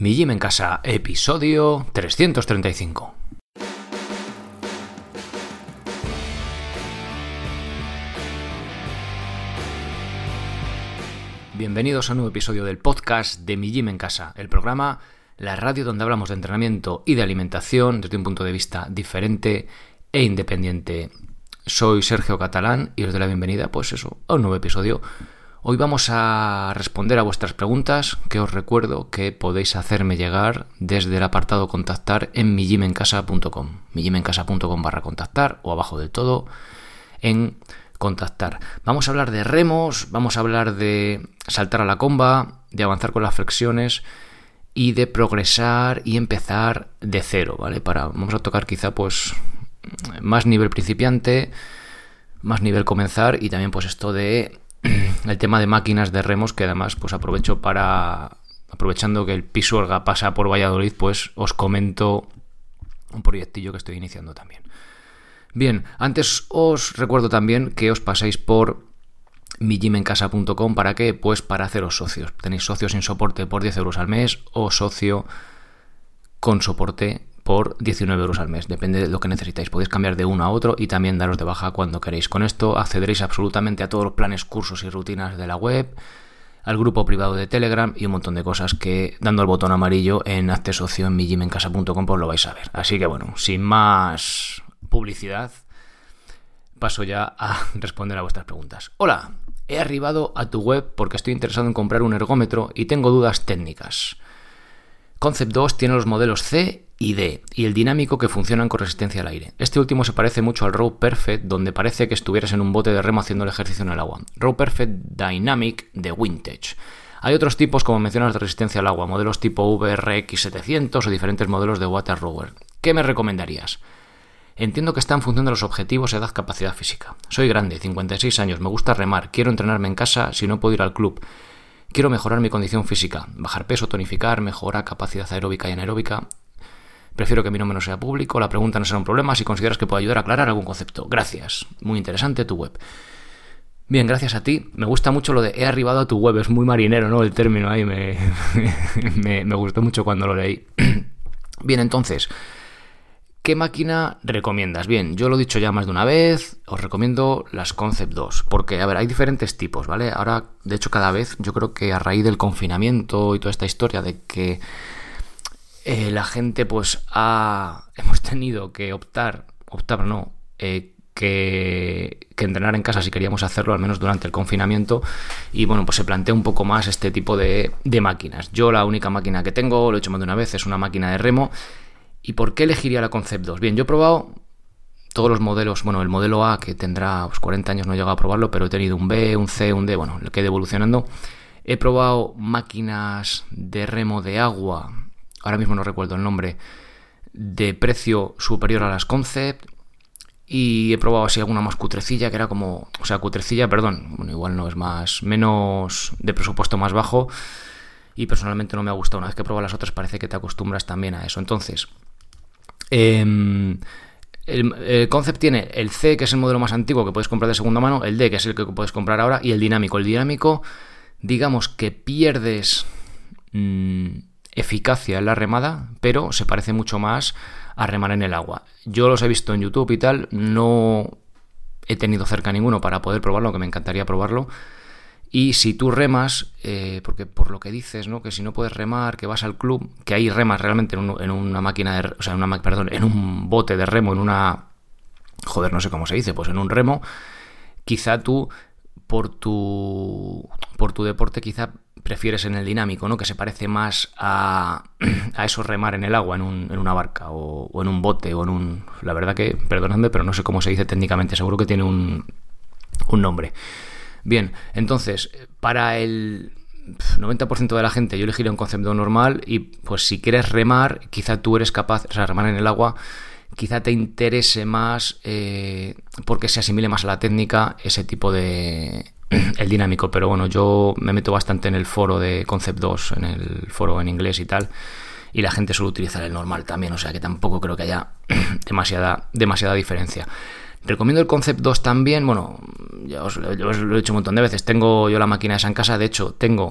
Mi Gym en Casa, episodio 335. Bienvenidos a un nuevo episodio del podcast de Mi Gym en Casa, el programa, la radio donde hablamos de entrenamiento y de alimentación desde un punto de vista diferente e independiente. Soy Sergio Catalán y os doy la bienvenida, a un nuevo episodio. Hoy vamos a responder a vuestras preguntas, que os recuerdo que podéis hacerme llegar desde el apartado contactar en migymencasa.com, migymencasa.com/contactar o abajo del todo en contactar. Vamos a hablar de remos, vamos a hablar de saltar a la comba, de avanzar con las flexiones y de progresar y empezar de cero, ¿vale? Vamos a tocar quizá más nivel principiante, más nivel comenzar y también esto de el tema de máquinas de remos, que además aprovechando que el Pisuerga pasa por Valladolid, os comento un proyectillo que estoy iniciando también. Bien, antes os recuerdo también que os paséis por migymencasa.com. ¿Para qué? Pues para haceros socios. Tenéis socios sin soporte por 10 euros al mes o socio con soporte por 19 euros al mes, depende de lo que necesitáis. Podéis cambiar de uno a otro y también daros de baja cuando queréis. Con esto accederéis absolutamente a todos los planes, cursos y rutinas de la web, al grupo privado de Telegram y un montón de cosas que, dando el botón amarillo en hazte socio en migymencasa.com, lo vais a ver. Así que sin más publicidad, paso ya a responder a vuestras preguntas. Hola, he arribado a tu web porque estoy interesado en comprar un ergómetro y tengo dudas técnicas. Concept 2 tiene los modelos C y D y el dinámico que funcionan con resistencia al aire. Este último se parece mucho al Row Perfect, donde parece que estuvieras en un bote de remo haciendo el ejercicio en el agua. Row Perfect Dynamic de Vintage. Hay otros tipos, como mencionas, de resistencia al agua, modelos tipo VRX700 o diferentes modelos de Water Rower. ¿Qué me recomendarías? Entiendo que está en función de los objetivos, edad, capacidad física. Soy grande, 56 años, me gusta remar, quiero entrenarme en casa si no puedo ir al club. Quiero mejorar mi condición física, bajar peso, tonificar, mejorar capacidad aeróbica y anaeróbica. Prefiero que mi nombre no sea público, la pregunta no será un problema si consideras que puedo ayudar a aclarar algún concepto. Gracias, muy interesante tu web. Bien, gracias a ti. Me gusta mucho lo de he arribado a tu web, es muy marinero, ¿no? El término ahí me gustó mucho cuando lo leí. Bien, entonces, ¿qué máquina recomiendas? Bien, yo lo he dicho ya más de una vez, os recomiendo las Concept 2, porque, hay diferentes tipos, ¿vale? Ahora, de hecho, cada vez, yo creo que a raíz del confinamiento y toda esta historia de que la gente, hemos tenido que que entrenar en casa si queríamos hacerlo, al menos durante el confinamiento, y se plantea un poco más este tipo de máquinas. Yo la única máquina que tengo, lo he hecho más de una vez, es una máquina de remo. ¿Y por qué elegiría la Concept 2? Bien, yo he probado todos los modelos, el modelo A, que tendrá 40 años, no he llegado a probarlo, pero he tenido un B, un C, un D, lo que he ido evolucionando. He probado máquinas de remo de agua, ahora mismo no recuerdo el nombre, de precio superior a las Concept, y he probado así alguna más cutrecilla, que era igual no es menos de presupuesto más bajo, y personalmente no me ha gustado. Una vez que pruebas las otras parece que te acostumbras también a eso. Entonces, el Concept tiene el C, que es el modelo más antiguo que puedes comprar de segunda mano, el D, que es el que puedes comprar ahora, y el dinámico. El dinámico, digamos que pierdes eficacia en la remada, pero se parece mucho más a remar en el agua. Yo los he visto en YouTube y tal, no he tenido cerca ninguno para poder probarlo, que me encantaría probarlo. Y si tú remas, porque por lo que dices, ¿no? Que si no puedes remar, que vas al club, que ahí remas realmente en una máquina en un bote de remo, no sé cómo se dice, en un remo, quizá tú por tu deporte quizá prefieres en el dinámico, ¿no? Que se parece más a eso, remar en el agua, en una barca o en un bote o la verdad que, perdonadme, pero no sé cómo se dice técnicamente, seguro que tiene un nombre. Bien, entonces, para el 90% de la gente yo elegiría un concepto normal y si quieres remar, quizá tú eres capaz, remar en el agua, quizá te interese más porque se asimile más a la técnica ese tipo de el dinámico, pero yo me meto bastante en el foro de Concept 2, en el foro en inglés y tal, y la gente suele utilizar el normal también, o sea que tampoco creo que haya demasiada diferencia. Recomiendo el Concept 2 también, ya os lo he dicho un montón de veces. Tengo yo la máquina esa en casa, de hecho tengo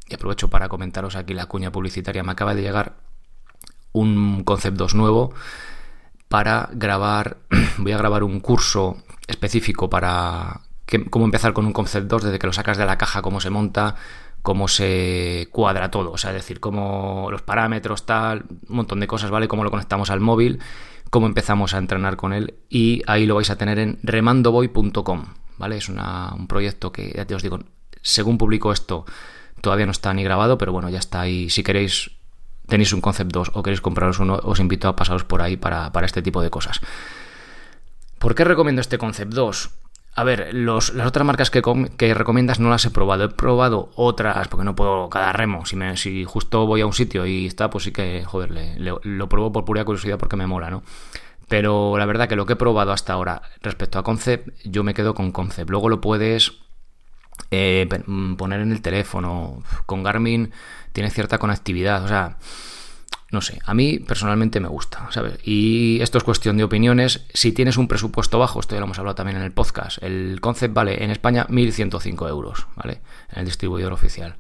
y aprovecho para comentaros aquí la cuña publicitaria, me acaba de llegar un Concept 2 nuevo para grabar, voy a grabar un curso específico para cómo empezar con un Concept 2 desde que lo sacas de la caja, cómo se monta, cómo se cuadra todo, o sea, es decir, cómo los parámetros, tal, un montón de cosas, ¿vale? Cómo lo conectamos al móvil, cómo empezamos a entrenar con él, y ahí lo vais a tener en remandoboy.com, ¿vale? Es un proyecto que, ya te os digo, según publico esto, todavía no está ni grabado, pero bueno, ya está ahí. Si queréis, tenéis un Concept 2 o queréis compraros uno, os invito a pasaros por ahí para este tipo de cosas. ¿Por qué recomiendo este Concept 2? A ver, las otras marcas que recomiendas no las he probado. He probado otras, porque no puedo cada remo. Si justo voy a un sitio y está, pues sí que, joder, lo pruebo por pura curiosidad porque me mola, ¿no? Pero la verdad que lo que he probado hasta ahora respecto a Concept, yo me quedo con Concept. Luego lo puedes poner en el teléfono. Con Garmin tiene cierta conectividad, o sea, no sé, a mí personalmente me gusta, ¿sabes? Y esto es cuestión de opiniones. Si tienes un presupuesto bajo, esto ya lo hemos hablado también en el podcast, el Concept vale en España 1.105 euros, ¿vale? En el distribuidor oficial.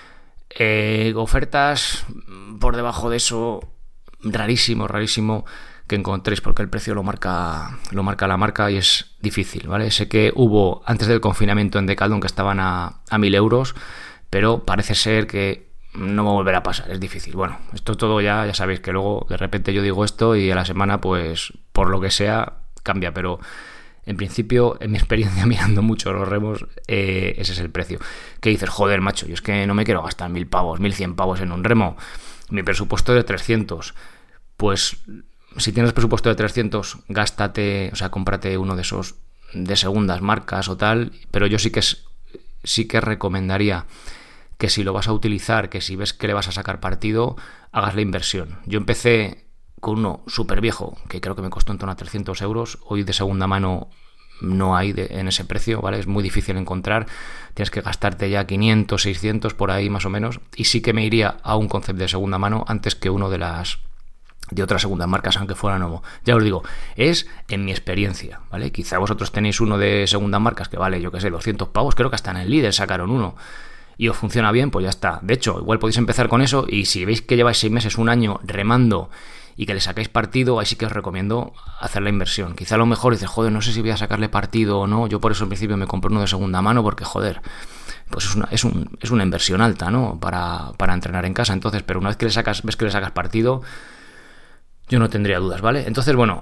Ofertas por debajo de eso, rarísimo que encontréis, porque el precio lo marca la marca y es difícil, ¿vale? Sé que hubo antes del confinamiento en Decathlon que estaban a 1.000 euros, pero parece ser que no va a volver a pasar, es difícil. Bueno, esto todo ya sabéis que luego de repente yo digo esto y a la semana, pues por lo que sea, cambia, pero en principio, en mi experiencia mirando mucho los remos, ese es el precio. ¿Qué dices? Joder, macho, yo es que no me quiero gastar 1.000 pavos, 1.100 pavos en un remo. Mi presupuesto es de 300. Pues si tienes presupuesto de 300, gástate, o sea, cómprate uno de esos de segundas marcas o tal, pero yo sí que recomendaría que si lo vas a utilizar, que si ves que le vas a sacar partido, hagas la inversión. Yo empecé con uno súper viejo, que creo que me costó en torno a 300 euros. Hoy de segunda mano no hay en ese precio, ¿vale? Es muy difícil encontrar. Tienes que gastarte ya 500, 600 por ahí más o menos. Y sí que me iría a un Concept de segunda mano antes que uno de otras segundas marcas, aunque fuera nuevo. Ya os digo, es en mi experiencia, ¿vale? Quizá vosotros tenéis uno de segundas marcas que vale, yo qué sé, 200 pavos. Creo que hasta en el Lidl sacaron uno. Y os funciona bien, pues ya está. De hecho, igual podéis empezar con eso, y si veis que lleváis 6 meses, un año remando y que le sacáis partido, ahí sí que os recomiendo hacer la inversión. Quizá a lo mejor dices, joder, no sé si voy a sacarle partido o no. Yo por eso al principio me compré uno de segunda mano, porque joder, pues es una inversión alta, ¿no? Para entrenar en casa. Entonces, pero una vez que ves que le sacas partido, yo no tendría dudas, ¿vale? Entonces, bueno,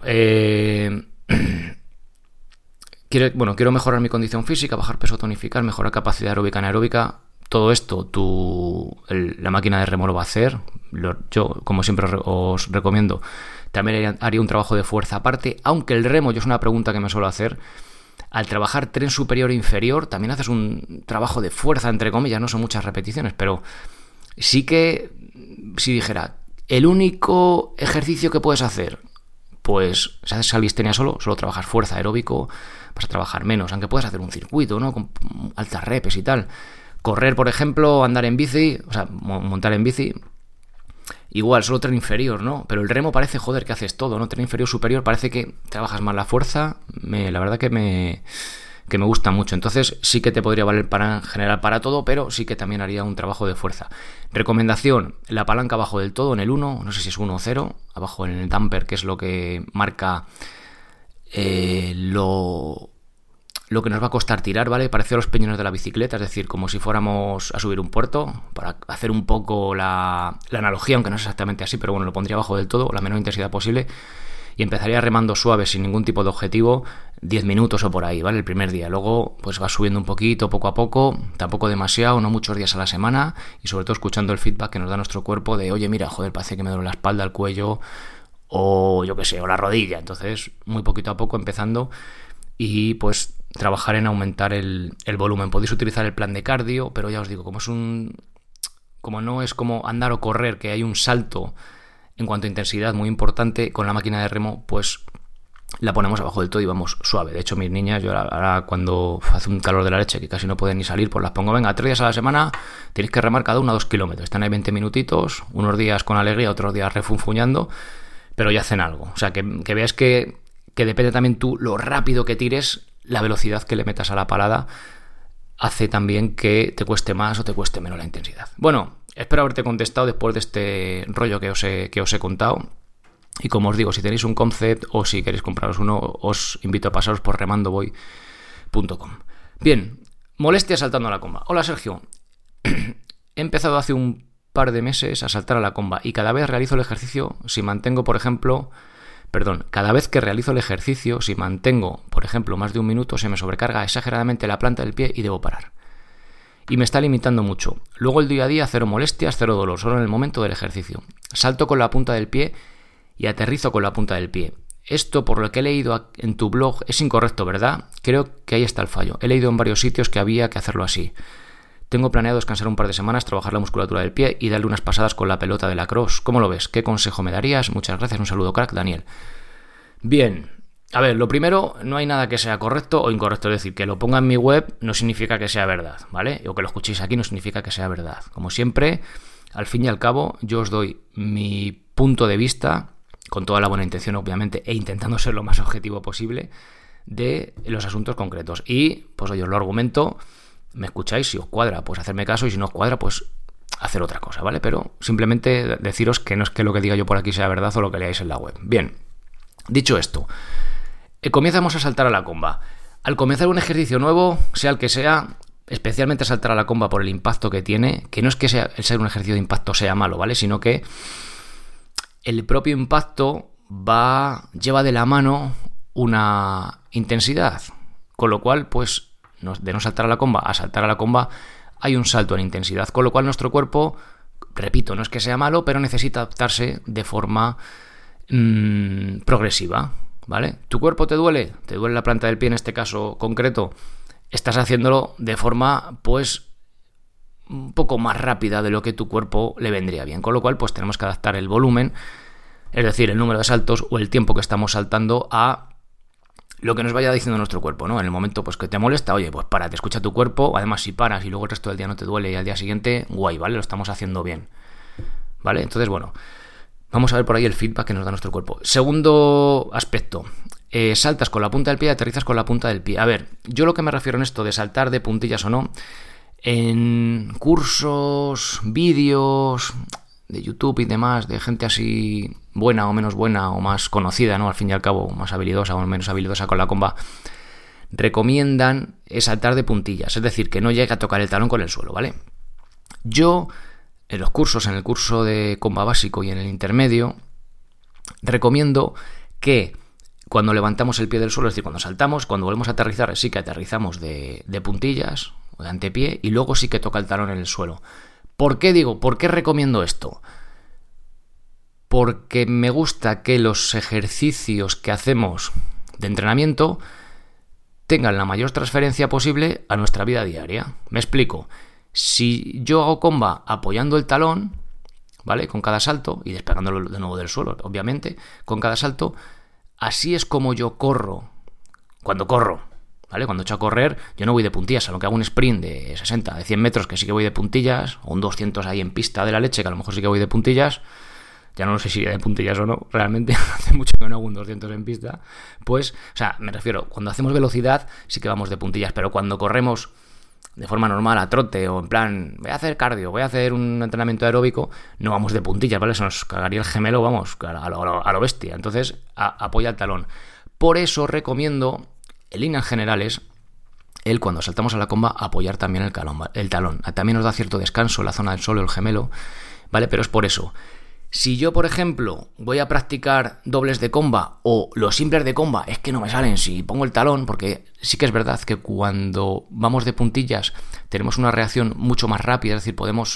quiero mejorar mi condición física, bajar peso, tonificar, mejorar capacidad aeróbica, anaeróbica. Todo esto la máquina de remo lo va a hacer. Yo, como siempre os recomiendo, también haría un trabajo de fuerza aparte, aunque el remo, yo es una pregunta que me suelo hacer, al trabajar tren superior e inferior, también haces un trabajo de fuerza, entre comillas, no son muchas repeticiones, pero sí que, si dijera, el único ejercicio que puedes hacer, pues si haces calistenia solo trabajas fuerza, aeróbico, vas a trabajar menos, aunque puedes hacer un circuito, ¿no? Con altas repes y tal. Correr, por ejemplo, andar en bici, o sea, montar en bici, igual, solo tren inferior, ¿no? Pero el remo parece, joder, que haces todo, ¿no? Tren inferior, superior, parece que trabajas más la fuerza. La verdad que me gusta mucho. Entonces sí que te podría valer en general para todo, pero sí que también haría un trabajo de fuerza. Recomendación, la palanca abajo del todo, en el 1, no sé si es 1 o 0, abajo en el damper, que es lo que marca lo que nos va a costar tirar, ¿vale? Parecido a los peñones de la bicicleta, es decir, como si fuéramos a subir un puerto, para hacer un poco la analogía, aunque no es exactamente así, pero bueno, lo pondría abajo del todo, la menor intensidad posible, y empezaría remando suave, sin ningún tipo de objetivo, 10 minutos o por ahí, ¿vale? El primer día. Luego, pues va subiendo un poquito, poco a poco, tampoco demasiado, no muchos días a la semana, y sobre todo escuchando el feedback que nos da nuestro cuerpo de, oye, mira, joder, parece que me duele la espalda, el cuello, o yo qué sé, o la rodilla. Entonces, muy poquito a poco, empezando, y pues trabajar en aumentar el volumen. Podéis utilizar el plan de cardio, pero ya os digo, como no es como andar o correr, que hay un salto en cuanto a intensidad muy importante, con la máquina de remo, pues la ponemos abajo del todo y vamos suave. De hecho, mis niñas, yo ahora cuando hace un calor de la leche, que casi no pueden ni salir, pues las pongo, venga, 3 días a la semana, tenéis que remar cada una 2 kilómetros. Están ahí 20 minutitos, unos días con alegría, otros días refunfuñando, pero ya hacen algo. O sea, que veas que depende también tú lo rápido que tires, la velocidad que le metas a la parada hace también que te cueste más o te cueste menos la intensidad. Bueno, espero haberte contestado después de este rollo que os he contado. Y como os digo, si tenéis un concept o si queréis compraros uno, os invito a pasaros por remandovoy.com. Bien, molestia saltando a la comba. Hola Sergio, he empezado hace un par de meses a saltar a la comba y cada vez realizo el ejercicio si mantengo, cada vez que realizo el ejercicio, si mantengo, por ejemplo, más de un minuto, se me sobrecarga exageradamente la planta del pie y debo parar. Y me está limitando mucho. Luego el día a día, cero molestias, cero dolor, solo en el momento del ejercicio. Salto con la punta del pie y aterrizo con la punta del pie. Esto, por lo que he leído en tu blog, es incorrecto, ¿verdad? Creo que ahí está el fallo. He leído en varios sitios que había que hacerlo así. Tengo planeado descansar un par de semanas, trabajar la musculatura del pie y darle unas pasadas con la pelota de lacrosse. ¿Cómo lo ves? ¿Qué consejo me darías? Muchas gracias, un saludo crack, Daniel. Bien, a ver, lo primero, no hay nada que sea correcto o incorrecto. Es decir, que lo ponga en mi web no significa que sea verdad, ¿vale? O que lo escuchéis aquí no significa que sea verdad. Como siempre, al fin y al cabo, yo os doy mi punto de vista, con toda la buena intención, obviamente, e intentando ser lo más objetivo posible, de los asuntos concretos. Y, pues oye, os lo argumento. Me escucháis, si os cuadra, pues hacerme caso, y si no os cuadra, pues hacer otra cosa, ¿vale? Pero simplemente deciros que no es que lo que diga yo por aquí sea verdad o lo que leáis en la web. Bien, dicho esto, comenzamos a saltar a la comba. Al comenzar un ejercicio nuevo, sea el que sea, especialmente saltar a la comba por el impacto que tiene, que no es que el ser un ejercicio de impacto sea malo, ¿vale? Sino que el propio impacto lleva de la mano una intensidad, con lo cual, pues, de no saltar a la comba a saltar a la comba hay un salto en intensidad, con lo cual nuestro cuerpo, repito, no es que sea malo, pero necesita adaptarse de forma progresiva, ¿vale? ¿Tu cuerpo te duele? ¿Te duele la planta del pie en este caso concreto? Estás haciéndolo de forma, pues, un poco más rápida de lo que tu cuerpo le vendría bien, con lo cual, pues, tenemos que adaptar el volumen, es decir, el número de saltos o el tiempo que estamos saltando a lo que nos vaya diciendo nuestro cuerpo, ¿no? En el momento, pues, que te molesta, oye, pues párate, escucha tu cuerpo. Además, si paras y luego el resto del día no te duele y al día siguiente, guay, ¿vale? Lo estamos haciendo bien, ¿vale? Entonces, bueno, vamos a ver por ahí el feedback que nos da nuestro cuerpo. Segundo aspecto, saltas con la punta del pie y aterrizas con la punta del pie. A ver, yo lo que me refiero en esto de saltar de puntillas o no, en cursos, vídeos de YouTube y demás, de gente así buena o menos buena o más conocida, ¿no? Al fin y al cabo, más habilidosa o menos habilidosa con la comba, recomiendan saltar de puntillas, es decir, que no llegue a tocar el talón con el suelo, ¿vale? Yo, en los cursos, en el curso de comba básico y en el intermedio, recomiendo que cuando levantamos el pie del suelo, es decir, cuando saltamos, cuando volvemos a aterrizar, sí que aterrizamos de puntillas o de antepié y luego sí que toca el talón en el suelo. ¿Por qué recomiendo esto? Porque me gusta que los ejercicios que hacemos de entrenamiento tengan la mayor transferencia posible a nuestra vida diaria. Me explico. Si yo hago comba apoyando el talón, ¿vale? Con cada salto y despegándolo de nuevo del suelo, obviamente, con cada salto, así es como yo corro. Cuando corro, ¿vale? Cuando echo a correr, yo no voy de puntillas, a lo que hago un sprint de 60, de 100 metros, que sí que voy de puntillas, o un 200 ahí en pista de la leche, que a lo mejor sí que voy de puntillas. Ya no sé si de puntillas o no, realmente hace mucho que no hago un 200 en pista, pues, o sea, me refiero, cuando hacemos velocidad sí que vamos de puntillas, pero cuando corremos de forma normal a trote o en plan, voy a hacer cardio, voy a hacer un entrenamiento aeróbico, no vamos de puntillas, ¿vale? Se nos cagaría el gemelo, vamos, a lo bestia, entonces apoya el talón. Por eso recomiendo, en líneas generales, cuando saltamos a la comba, apoyar también el talón. También nos da cierto descanso en la zona del suelo, el gemelo, ¿vale? Pero es por eso. Si yo, por ejemplo, voy a practicar dobles de comba o los simples de comba, es que no me salen si pongo el talón, porque sí que es verdad que cuando vamos de puntillas tenemos una reacción mucho más rápida, es decir, podemos...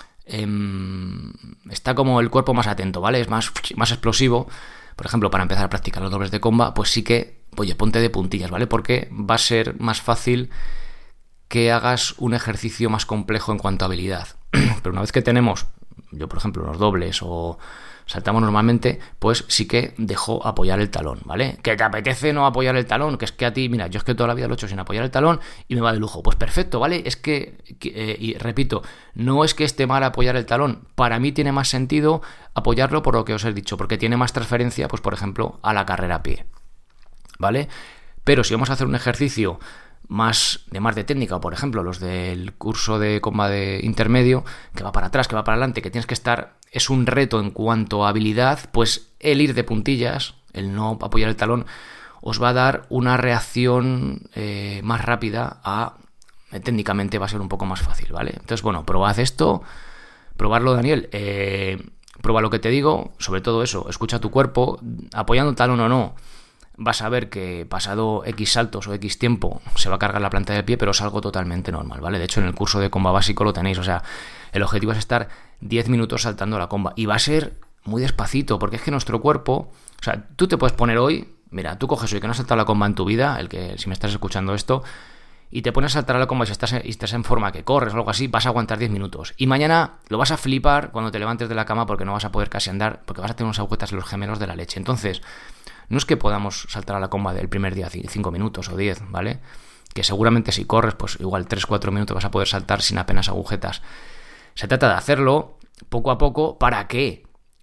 está como el cuerpo más atento, ¿vale? Es más explosivo. Por ejemplo, para empezar a practicar los dobles de comba, pues sí que, oye, ponte de puntillas, ¿vale? Porque va a ser más fácil que hagas un ejercicio más complejo en cuanto a habilidad. Pero una vez que tenemos... yo, por ejemplo, los dobles o saltamos normalmente, pues sí que dejo apoyar el talón, ¿vale? ¿Que te apetece no apoyar el talón? Que es que a ti, mira, yo es que toda la vida lo he hecho sin apoyar el talón y me va de lujo. Pues perfecto, ¿vale? Es que y repito, no es que esté mal apoyar el talón. Para mí tiene más sentido apoyarlo por lo que os he dicho, porque tiene más transferencia, pues por ejemplo, a la carrera a pie, ¿vale? Pero si vamos a hacer un ejercicio más de técnica, o por ejemplo los del curso de combate intermedio, que va para atrás, que va para adelante, que tienes que estar, es un reto en cuanto a habilidad, pues el ir de puntillas, el no apoyar el talón, os va a dar una reacción más rápida técnicamente va a ser un poco más fácil, ¿vale? Entonces, bueno, probad esto, probarlo, Daniel, prueba lo que te digo, sobre todo eso, escucha tu cuerpo, apoyando el talón o no, vas a ver que pasado X saltos o X tiempo se va a cargar la planta del pie, pero es algo totalmente normal, ¿vale? De hecho, en el curso de comba básico lo tenéis, o sea, el objetivo es estar 10 minutos saltando la comba, y va a ser muy despacito, porque es que nuestro cuerpo, o sea, tú te puedes poner hoy, mira, tú coges hoy que no has saltado la comba en tu vida, si me estás escuchando esto, y te pones a saltar a la comba y estás en forma que corres o algo así, vas a aguantar 10 minutos. Y mañana lo vas a flipar cuando te levantes de la cama porque no vas a poder casi andar, porque vas a tener unas agujetas en los gemelos de la leche. Entonces, no es que podamos saltar a la comba del primer día 5 minutos o 10, ¿vale? Que seguramente si corres, pues igual 3-4 minutos vas a poder saltar sin apenas agujetas. Se trata de hacerlo poco a poco para que,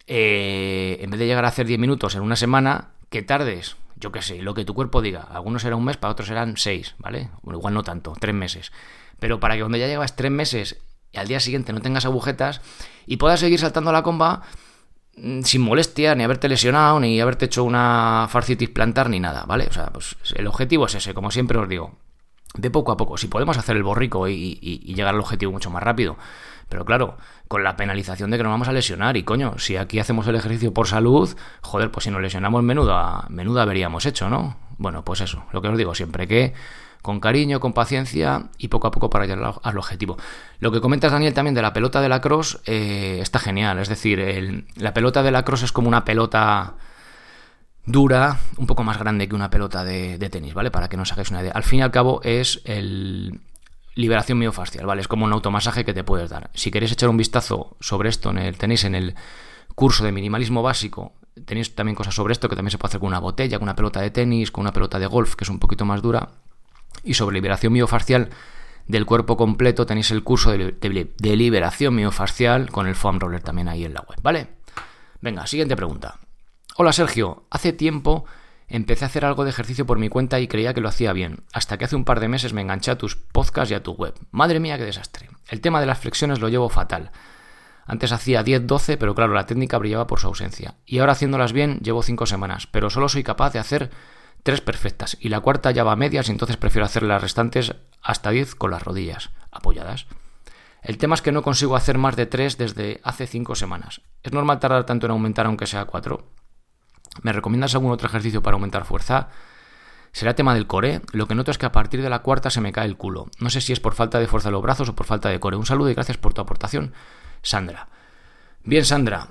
en vez de llegar a hacer 10 minutos en una semana, que tardes, yo qué sé, lo que tu cuerpo diga. Algunos será un mes, para otros serán 6, ¿vale? Bueno, igual no tanto, 3 meses. Pero para que cuando ya llevas 3 meses y al día siguiente no tengas agujetas y puedas seguir saltando la comba sin molestia, ni haberte lesionado, ni haberte hecho una fascitis plantar, ni nada, ¿vale? O sea, pues el objetivo es ese, como siempre os digo. De poco a poco, si podemos hacer el borrico y llegar al objetivo mucho más rápido. Pero claro, con la penalización de que nos vamos a lesionar. Y coño, si aquí hacemos el ejercicio por salud, joder, pues si nos lesionamos menuda habríamos hecho, ¿no? Bueno, pues eso, lo que os digo siempre, que con cariño, con paciencia y poco a poco para llegar al objetivo. Lo que comentas, Daniel, también de la pelota de lacrosse está genial. Es decir, la pelota de lacrosse es como una pelota dura, un poco más grande que una pelota de tenis, ¿vale? Para que no os hagáis una idea. Al fin y al cabo es liberación miofascial, ¿vale? Es como un automasaje que te puedes dar. Si queréis echar un vistazo sobre esto, tenéis en el curso de minimalismo básico, tenéis también cosas sobre esto que también se puede hacer con una botella, con una pelota de tenis, con una pelota de golf, que es un poquito más dura. Y sobre liberación miofascial del cuerpo completo tenéis el curso de liberación miofascial con el foam roller también ahí en la web, ¿vale? Venga, siguiente pregunta. Hola Sergio, hace tiempo empecé a hacer algo de ejercicio por mi cuenta y creía que lo hacía bien, hasta que hace un par de meses me enganché a tus podcasts y a tu web. Madre mía, qué desastre. El tema de las flexiones lo llevo fatal. Antes hacía 10-12, pero claro, la técnica brillaba por su ausencia. Y ahora haciéndolas bien llevo 5 semanas, pero solo soy capaz de hacer 3 perfectas, y la cuarta ya va a medias, y entonces prefiero hacer las restantes hasta 10 con las rodillas apoyadas. El tema es que no consigo hacer más de 3 desde hace 5 semanas. ¿Es normal tardar tanto en aumentar aunque sea 4? ¿Me recomiendas algún otro ejercicio para aumentar fuerza? ¿Será tema del core? Lo que noto es que a partir de la cuarta se me cae el culo. No sé si es por falta de fuerza de los brazos o por falta de core. Un saludo y gracias por tu aportación, Sandra. Bien, Sandra.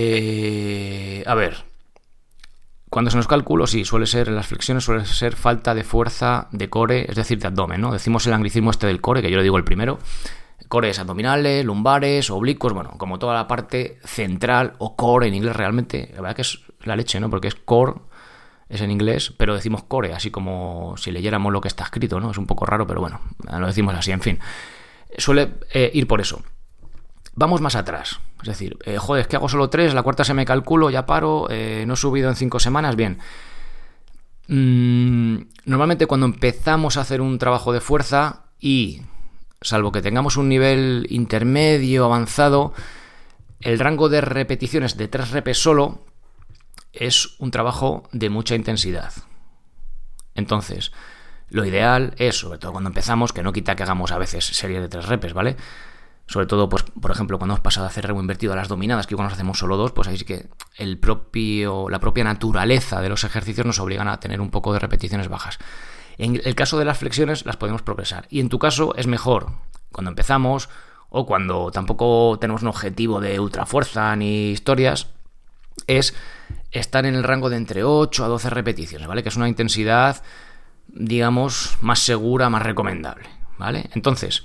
A ver. Cuando se nos cae el culo, sí, en las flexiones suele ser falta de fuerza de core, es decir, de abdomen, ¿no? Decimos el anglicismo este del core, que yo le digo el primero. Cores abdominales, lumbares, oblicuos, bueno, como toda la parte central o core en inglés realmente. La verdad que es la leche, ¿no? Porque es core, es en inglés, pero decimos core, así como si leyéramos lo que está escrito, ¿no? Es un poco raro, pero bueno, lo decimos así, en fin. Suele ir por eso. Vamos más atrás. Es decir, joder, es que hago solo 3, la cuarta se me calculo, ya paro, no he subido en 5 semanas, bien. Normalmente cuando empezamos a hacer un trabajo de fuerza y, salvo que tengamos un nivel intermedio, avanzado, el rango de repeticiones de 3 repes solo es un trabajo de mucha intensidad. Entonces, lo ideal es, sobre todo cuando empezamos, que no quita que hagamos a veces series de 3 repes, ¿vale? Sobre todo, pues, por ejemplo, cuando hemos pasado a hacer remo invertido a las dominadas, que cuando hacemos solo 2, pues ahí sí que la propia naturaleza de los ejercicios nos obligan a tener un poco de repeticiones bajas. En el caso de las flexiones las podemos progresar. Y en tu caso es mejor cuando empezamos o cuando tampoco tenemos un objetivo de ultrafuerza ni historias, es estar en el rango de entre 8 a 12 repeticiones, ¿vale? Que es una intensidad, digamos, más segura, más recomendable, ¿vale? Entonces,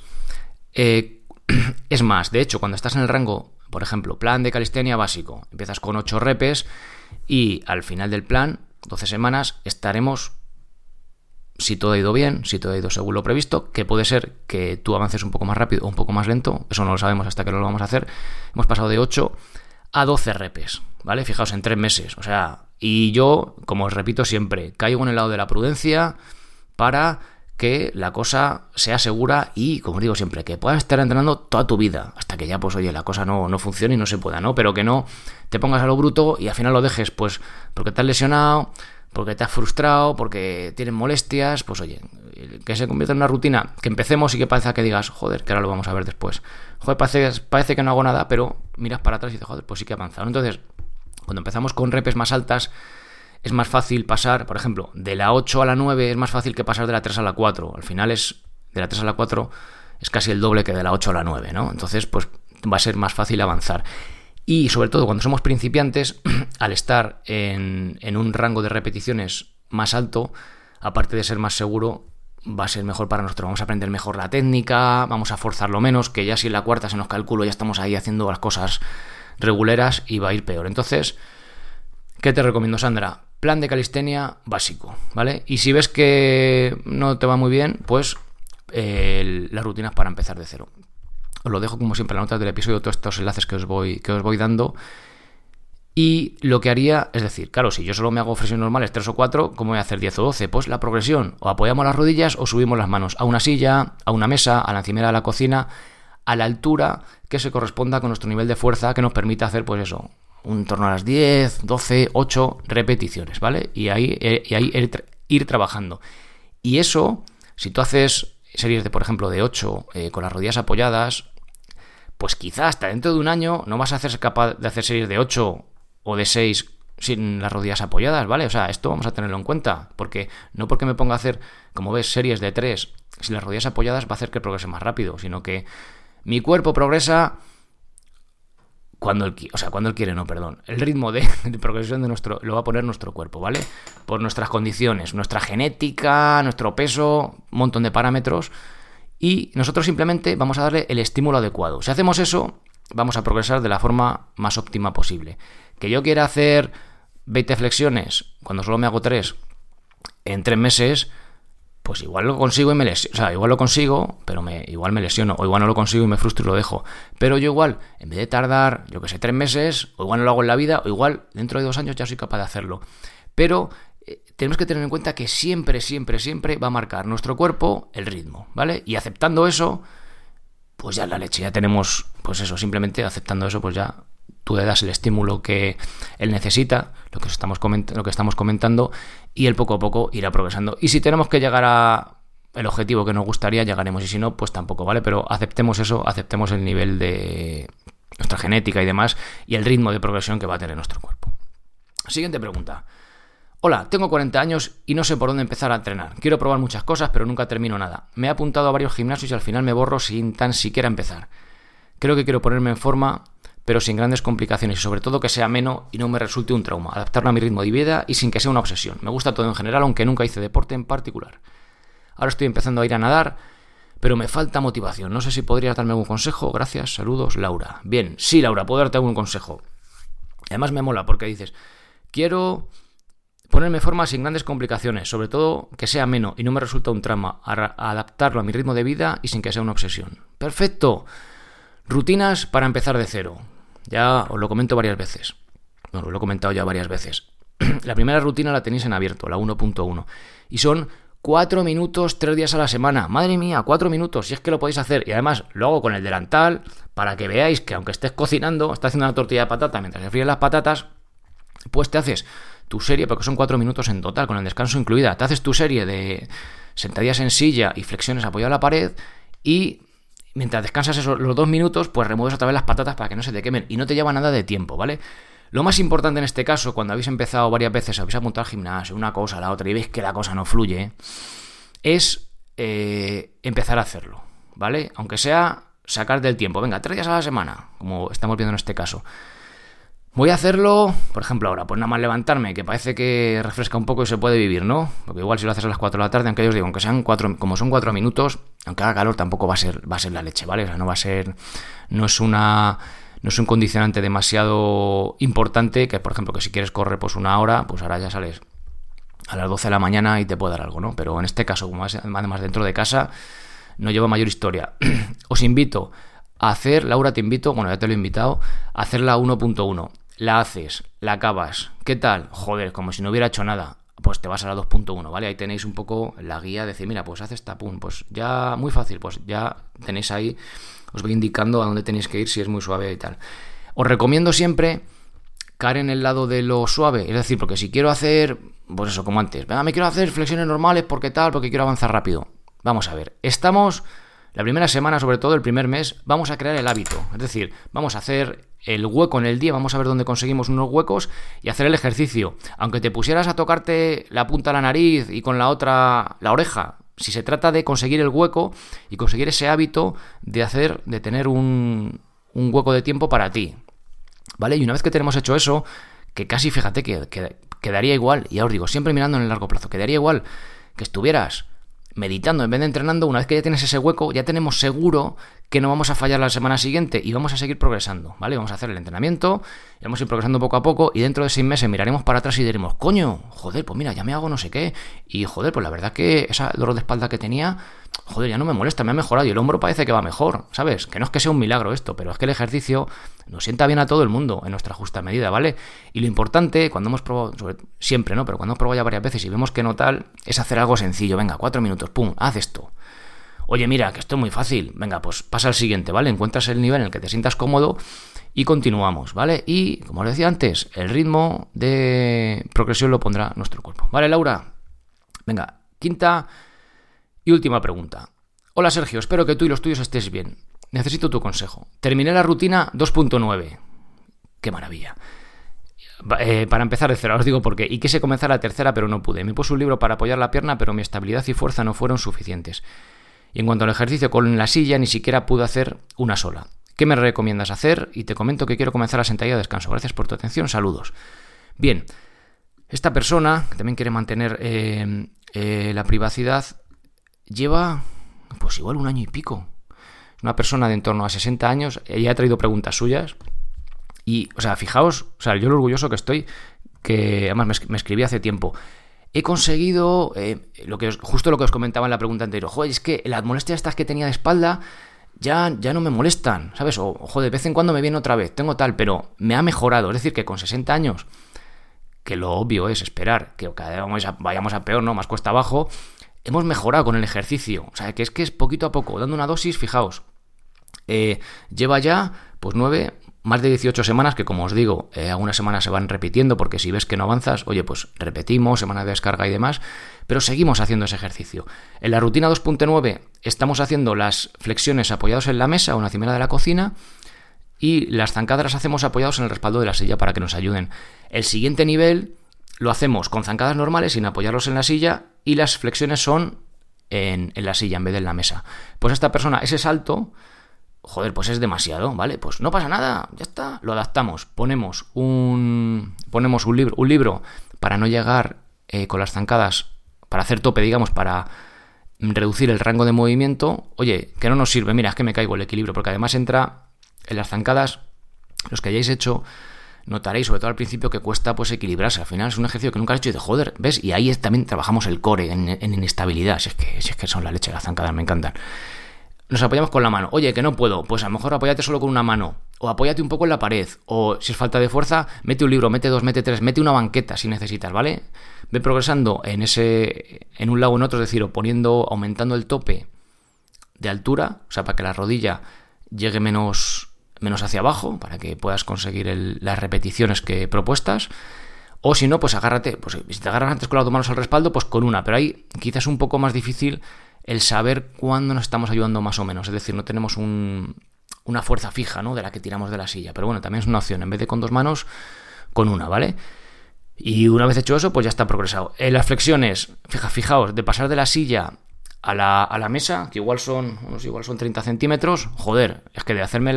es más, de hecho, cuando estás en el rango, por ejemplo, plan de calistenia básico, empiezas con 8 repes y al final del plan, 12 semanas, estaremos, si todo ha ido bien, si todo ha ido según lo previsto, que puede ser que tú avances un poco más rápido o un poco más lento, eso no lo sabemos hasta que no lo vamos a hacer. Hemos pasado de 8 a 12 repes, ¿vale? Fijaos, en 3 meses, o sea, y yo, como os repito siempre, caigo en el lado de la prudencia para que la cosa sea segura y, como digo siempre, que puedas estar entrenando toda tu vida, hasta que ya, pues oye, la cosa no funcione y no se pueda, ¿no? Pero que no te pongas a lo bruto y al final lo dejes, pues, porque te has lesionado, porque te has frustrado, porque tienes molestias, pues oye, que se convierta en una rutina, que empecemos y que parezca que digas, joder, que ahora lo vamos a ver después. Joder, parece que no hago nada, pero miras para atrás y dices, joder, pues sí que he avanzado. Entonces, cuando empezamos con repes más altas, es más fácil pasar, por ejemplo, de la 8 a la 9 es más fácil que pasar de la 3 a la 4. Al final es de la 3 a la 4 es casi el doble que de la 8 a la 9, ¿no? Entonces, pues va a ser más fácil avanzar. Y sobre todo cuando somos principiantes, al estar en un rango de repeticiones más alto, aparte de ser más seguro, va a ser mejor para nosotros. Vamos a aprender mejor la técnica, vamos a forzarlo menos, que ya si en la cuarta se nos calculó ya estamos ahí haciendo las cosas reguleras y va a ir peor. Entonces, ¿qué te recomiendo, Sandra? Plan de calistenia básico, ¿vale? Y si ves que no te va muy bien, pues las rutinas para empezar de cero. Os lo dejo como siempre en las notas del episodio, todos estos enlaces que os voy dando. Y lo que haría, es decir, claro, si yo solo me hago flexiones normales 3 o 4, ¿cómo voy a hacer 10 o 12? Pues la progresión, o apoyamos las rodillas o subimos las manos a una silla, a una mesa, a la encimera de la cocina, a la altura que se corresponda con nuestro nivel de fuerza que nos permita hacer, pues eso, un torno a las 10, 12, 8 repeticiones, ¿vale? Y ahí ir trabajando. Y eso, si tú haces series de, por ejemplo, de 8 con las rodillas apoyadas, pues quizá hasta dentro de un año no vas a ser capaz de hacer series de 8 o de 6 sin las rodillas apoyadas, ¿vale? O sea, esto vamos a tenerlo en cuenta, porque no porque me ponga a hacer, como ves, series de 3 sin las rodillas apoyadas va a hacer que progrese más rápido, sino que mi cuerpo progresa cuando él quiere, no, perdón. El ritmo de progresión de nuestro lo va a poner nuestro cuerpo, ¿vale? Por nuestras condiciones, nuestra genética, nuestro peso, un montón de parámetros. Y nosotros simplemente vamos a darle el estímulo adecuado. Si hacemos eso, vamos a progresar de la forma más óptima posible. Que yo quiera hacer 20 flexiones cuando solo me hago 3 en 3 meses, pues igual lo consigo y me lesiono. O sea, igual lo consigo, pero igual me lesiono. O igual no lo consigo y me frustro y lo dejo. Pero yo igual, en vez de tardar, 3 meses, o igual no lo hago en la vida, o igual dentro de 2 años ya soy capaz de hacerlo. Pero tenemos que tener en cuenta que siempre va a marcar nuestro cuerpo el ritmo, ¿vale? Y aceptando eso, pues ya la leche, ya tenemos, pues eso, simplemente aceptando eso, pues ya tú le das el estímulo que él necesita, lo que estamos comentando, y él poco a poco irá progresando. Y si tenemos que llegar a el objetivo que nos gustaría, llegaremos, y si no, pues tampoco, ¿vale? Pero aceptemos eso, aceptemos el nivel de nuestra genética y demás, y el ritmo de progresión que va a tener nuestro cuerpo. Siguiente pregunta. Hola, tengo 40 años y no sé por dónde empezar a entrenar. Quiero probar muchas cosas, pero nunca termino nada. Me he apuntado a varios gimnasios y al final me borro sin tan siquiera empezar. Creo que quiero ponerme en forma, pero sin grandes complicaciones y sobre todo que sea ameno y no me resulte un trauma. Adaptarlo a mi ritmo de vida y sin que sea una obsesión. Me gusta todo en general, aunque nunca hice deporte en particular. Ahora estoy empezando a ir a nadar, pero me falta motivación. No sé si podrías darme algún consejo. Gracias, saludos, Laura. Bien, sí, Laura, puedo darte algún consejo. Además me mola porque dices, quiero ponerme en forma sin grandes complicaciones, sobre todo que sea ameno y no me resulta un trauma, adaptarlo a mi ritmo de vida y sin que sea una obsesión. ¡Perfecto! Rutinas para empezar de cero. Ya os lo comento varias veces. Bueno, lo he comentado ya varias veces. La primera rutina la tenéis en abierto, la 1.1. Y son 4 minutos 3 días a la semana. Madre mía, 4 minutos, si es que lo podéis hacer. Y además lo hago con el delantal para que veáis que aunque estés cocinando, estás haciendo una tortilla de patata mientras se fríen las patatas, pues te haces tu serie, porque son 4 minutos en total, con el descanso incluida. Te haces tu serie de sentadillas en silla y flexiones apoyado a la pared y mientras descansas los 2 minutos, pues remueves otra vez las patatas para que no se te quemen y no te lleva nada de tiempo, ¿vale? Lo más importante en este caso, cuando habéis empezado varias veces, habéis apuntado al gimnasio, una cosa a la otra y veis que la cosa no fluye, es empezar a hacerlo, ¿vale? Aunque sea sacar del tiempo. Venga, 3 días a la semana, como estamos viendo en este caso. Voy a hacerlo, por ejemplo, ahora, pues nada más levantarme, que parece que refresca un poco y se puede vivir, ¿no? Porque igual si lo haces a las 4 de la tarde, aunque yo os digo, aunque sean 4, como son 4 minutos, aunque haga calor, tampoco va a ser la leche, ¿vale? O sea, no es un condicionante demasiado importante, que por ejemplo, que si quieres correr pues 1 hora, pues ahora ya sales a las 12 de la mañana y te puede dar algo, ¿no? Pero en este caso, como además dentro de casa, no lleva mayor historia. Os invito a hacer, Laura, te invito, bueno, ya te lo he invitado, a hacer la 1.1. La haces, la acabas. ¿Qué tal? Joder, como si no hubiera hecho nada. pues te vas a la 2.1, ¿vale? Ahí tenéis un poco la guía de decir, mira, pues haz esta, pum, pues ya muy fácil, pues ya tenéis ahí, os voy indicando a dónde tenéis que ir si es muy suave y tal. Os recomiendo siempre caer en el lado de lo suave, es decir, porque si quiero hacer, pues eso, como antes, venga, me quiero hacer flexiones normales porque quiero avanzar rápido. Vamos a ver, la primera semana, sobre todo el primer mes, vamos a crear el hábito, es decir, vamos a hacer el hueco en el día, vamos a ver dónde conseguimos unos huecos y hacer el ejercicio. Aunque te pusieras a tocarte la punta de la nariz y con la otra la oreja, si se trata de conseguir el hueco y conseguir ese hábito de tener un hueco de tiempo para ti, ¿vale? Y una vez que tenemos hecho eso, que casi, fíjate, que quedaría igual, y ya os digo, siempre mirando en el largo plazo, quedaría igual que estuvieras meditando en vez de entrenando. Una vez que ya tienes ese hueco, ya tenemos seguro que no vamos a fallar la semana siguiente y vamos a seguir progresando, ¿vale? Vamos a hacer el entrenamiento, vamos a ir progresando poco a poco y dentro de 6 meses miraremos para atrás y diremos, coño, joder, pues mira, ya me hago no sé qué y joder, pues la verdad que esa dolor de espalda que tenía, joder, ya no me molesta, me ha mejorado y el hombro parece que va mejor, ¿sabes? Que no es que sea un milagro esto, pero es que el ejercicio nos sienta bien a todo el mundo en nuestra justa medida, ¿vale? Y lo importante, cuando hemos probado, siempre, ¿no? Pero cuando hemos probado ya varias veces y vemos que no tal, es hacer algo sencillo, venga, 4 minutos, pum, haz esto. Oye, mira, que esto es muy fácil. Venga, pues pasa al siguiente, ¿vale? Encuentras el nivel en el que te sientas cómodo y continuamos, ¿vale? Y, como os decía antes, el ritmo de progresión lo pondrá nuestro cuerpo. ¿Vale, Laura? Venga, quinta y última pregunta. Hola, Sergio, espero que tú y los tuyos estés bien. Necesito tu consejo. Terminé la rutina 2.9. ¡Qué maravilla! Para empezar de cero, os digo por qué. Y quise comenzar la tercera, pero no pude. Me puse un libro para apoyar la pierna, pero mi estabilidad y fuerza no fueron suficientes. Y en cuanto al ejercicio con la silla, ni siquiera pude hacer una sola. ¿Qué me recomiendas hacer? Y te comento que quiero comenzar la sentadilla de descanso. Gracias por tu atención, saludos. Bien, esta persona, que también quiere mantener la privacidad, lleva pues igual 1 año y pico. Es una persona de en torno a 60 años, ella ha traído preguntas suyas. Y, o sea, fijaos, o sea, yo lo orgulloso que estoy, que además me escribí hace tiempo. He conseguido, justo lo que os comentaba en la pregunta anterior, joder, es que las molestias estas que tenía de espalda ya no me molestan, ¿sabes? O, joder, de vez en cuando me viene otra vez, tengo tal, pero me ha mejorado. Es decir, que con 60 años, que lo obvio es esperar que cada vez vayamos a peor, ¿no? Más cuesta abajo, hemos mejorado con el ejercicio. O sea, que es poquito a poco, dando una dosis, fijaos. Lleva ya, pues más de 18 semanas, que como os digo, algunas semanas se van repitiendo, porque si ves que no avanzas, oye, pues repetimos, semana de descarga y demás, pero seguimos haciendo ese ejercicio. En la rutina 2.9 estamos haciendo las flexiones apoyados en la mesa o en la encimera de la cocina, y las zancadas las hacemos apoyados en el respaldo de la silla para que nos ayuden. El siguiente nivel lo hacemos con zancadas normales sin apoyarlos en la silla, y las flexiones son en la silla en vez de en la mesa. Pues esta persona, ese salto, joder, pues es demasiado, ¿vale? Pues no pasa nada, ya está, lo adaptamos. Ponemos un libro para no llegar con las zancadas, para hacer tope, digamos, para reducir el rango de movimiento. Oye, que no nos sirve, mira, es que me caigo el equilibrio, porque además entra en las zancadas, los que hayáis hecho, notaréis, sobre todo al principio, que cuesta pues equilibrarse. Al final es un ejercicio que nunca has hecho y de joder, ¿ves? Y ahí también trabajamos el core en inestabilidad. Si es que son la leche, las zancadas me encantan. Nos apoyamos con la mano. Oye, que no puedo. Pues a lo mejor apóyate solo con una mano. O apóyate un poco en la pared. O si es falta de fuerza, mete un libro, mete 2, mete 3, mete una banqueta si necesitas, ¿vale? Ve progresando en un lado o en otro, es decir, aumentando el tope de altura, o sea, para que la rodilla llegue menos hacia abajo, para que puedas conseguir las repeticiones que propuestas. O si no, pues agárrate. Pues si te agarras antes con las 2 manos al respaldo, pues con una. Pero ahí quizás es un poco más difícil el saber cuándo nos estamos ayudando más o menos. Es decir, no tenemos una fuerza fija, ¿no?, de la que tiramos de la silla. Pero bueno, también es una opción. En vez de con 2 manos, con una, ¿vale? Y una vez hecho eso, pues ya está progresado. Las flexiones, fijaos, de pasar de la silla a la mesa, que igual son 30 centímetros, joder, es que de hacerme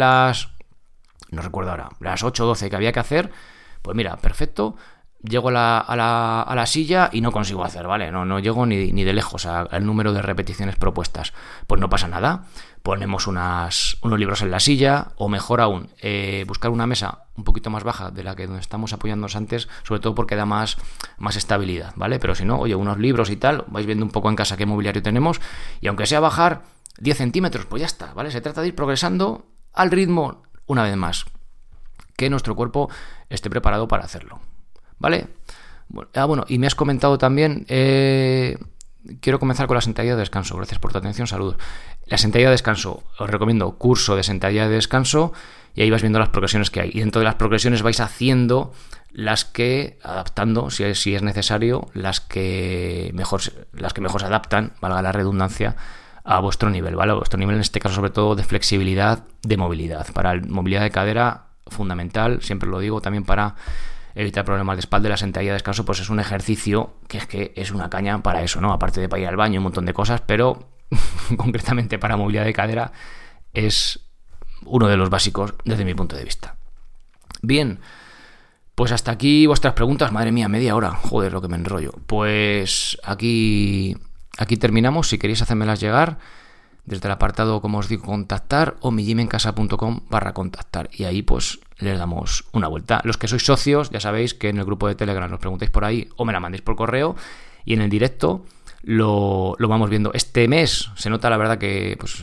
no recuerdo ahora, las 8 o 12 que había que hacer, pues mira, perfecto. Llego a la silla y no consigo hacer, ¿vale? No llego ni de lejos al número de repeticiones propuestas. Pues no pasa nada. Ponemos unos libros en la silla, o mejor aún, buscar una mesa un poquito más baja de la que donde estamos apoyándonos antes, sobre todo porque da más estabilidad, ¿vale? Pero si no, oye, unos libros y tal, vais viendo un poco en casa qué mobiliario tenemos, y aunque sea bajar 10 centímetros, pues ya está, ¿vale? Se trata de ir progresando al ritmo, una vez más, que nuestro cuerpo esté preparado para hacerlo. ¿Vale? Bueno, y me has comentado también, quiero comenzar con la sentadilla de descanso. Gracias por tu atención, saludos. La sentadilla de descanso, os recomiendo curso de sentadilla de descanso y ahí vais viendo las progresiones que hay. Y dentro de las progresiones vais haciendo las que, adaptando, si es necesario, las que mejor se adaptan, valga la redundancia, a vuestro nivel, ¿vale? A vuestro nivel, en este caso, sobre todo, de flexibilidad, de movilidad. Para la movilidad de cadera, fundamental, siempre lo digo, también para evitar problemas de espalda. La sentadilla de descanso pues es un ejercicio que es una caña para eso, ¿no? Aparte de para ir al baño, un montón de cosas, pero concretamente para movilidad de cadera es uno de los básicos desde mi punto de vista. Bien, pues hasta aquí vuestras preguntas. Madre mía, media hora, joder, lo que me enrollo. Pues aquí terminamos. Si queréis hacérmelas llegar desde el apartado, como os digo, contactar o mijimencasa.com/contactar y ahí pues les damos una vuelta. Los que sois socios ya sabéis que en el grupo de Telegram os preguntáis por ahí o me la mandéis por correo y en el directo lo vamos viendo. Este mes se nota la verdad que pues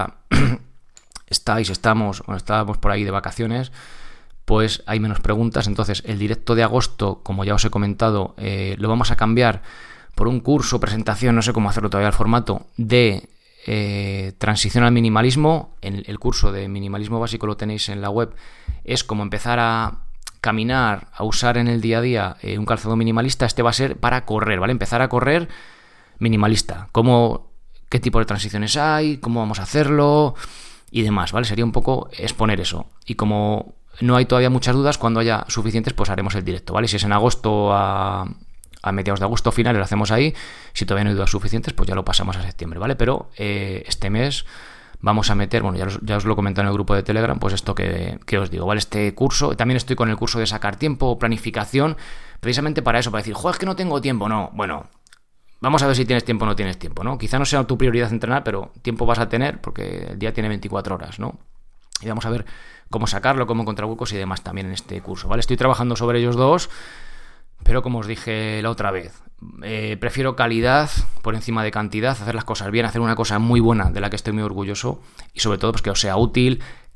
estábamos por ahí de vacaciones, pues hay menos preguntas. Entonces el directo de agosto, como ya os he comentado, lo vamos a cambiar por un curso, presentación, no sé cómo hacerlo todavía el formato, de transición al minimalismo. El curso de minimalismo básico lo tenéis en la web. Es como empezar a caminar, a usar en el día a día un calzado minimalista. Este va a ser para correr, ¿vale? Empezar a correr minimalista. ¿Qué tipo de transiciones hay? ¿Cómo vamos a hacerlo? Y demás, ¿vale? Sería un poco exponer eso. Y como no hay todavía muchas dudas, cuando haya suficientes, pues haremos el directo, ¿vale? Si es en agosto, a mediados de agosto finales lo hacemos ahí. Si todavía no hay dudas suficientes, pues ya lo pasamos a septiembre, ¿vale? Pero este mes vamos a meter, bueno, ya os lo comenté en el grupo de Telegram, pues esto que os digo, ¿vale? Este curso, también estoy con el curso de sacar tiempo, planificación, precisamente para eso, para decir, joder, es que no tengo tiempo. No, bueno, vamos a ver si tienes tiempo o no tienes tiempo, ¿no? Quizá no sea tu prioridad entrenar, pero tiempo vas a tener porque el día tiene 24 horas, ¿no? Y vamos a ver cómo sacarlo, cómo encontrar huecos y demás también en este curso, ¿vale? Estoy trabajando sobre ellos dos, pero como os dije la otra vez, prefiero calidad por encima de cantidad, hacer las cosas bien, hacer una cosa muy buena de la que estoy muy orgulloso y sobre todo pues que os sea útil, que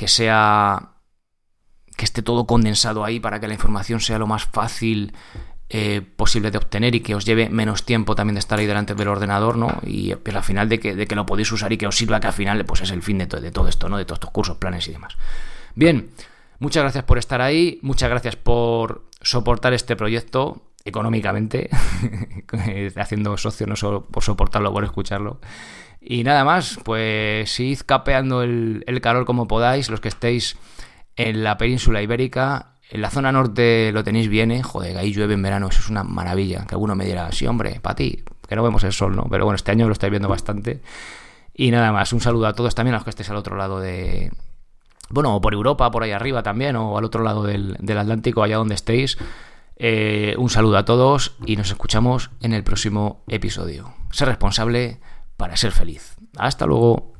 esté todo condensado ahí para que la información sea lo más fácil posible de obtener y que os lleve menos tiempo también de estar ahí delante del ordenador, ¿no? Y pues, al final de que lo podéis usar y que os sirva, que al final pues es el fin de todo esto, ¿no? De todos estos cursos, planes y demás. Bien, muchas gracias por estar ahí, muchas gracias por soportar este proyecto económicamente, haciendo socio, no solo por soportarlo, por escucharlo. Y nada más, pues id capeando el calor como podáis, los que estéis en la península ibérica. En la zona norte lo tenéis bien, joder, ahí llueve en verano, eso es una maravilla. Que alguno me dirá, sí hombre, para ti, que no vemos el sol, ¿no? Pero bueno, este año lo estáis viendo bastante. Y nada más, un saludo a todos, también a los que estéis al otro lado bueno, por Europa, por ahí arriba también, o al otro lado del Atlántico, allá donde estéis. Un saludo a todos y nos escuchamos en el próximo episodio. Ser responsable para ser feliz. Hasta luego.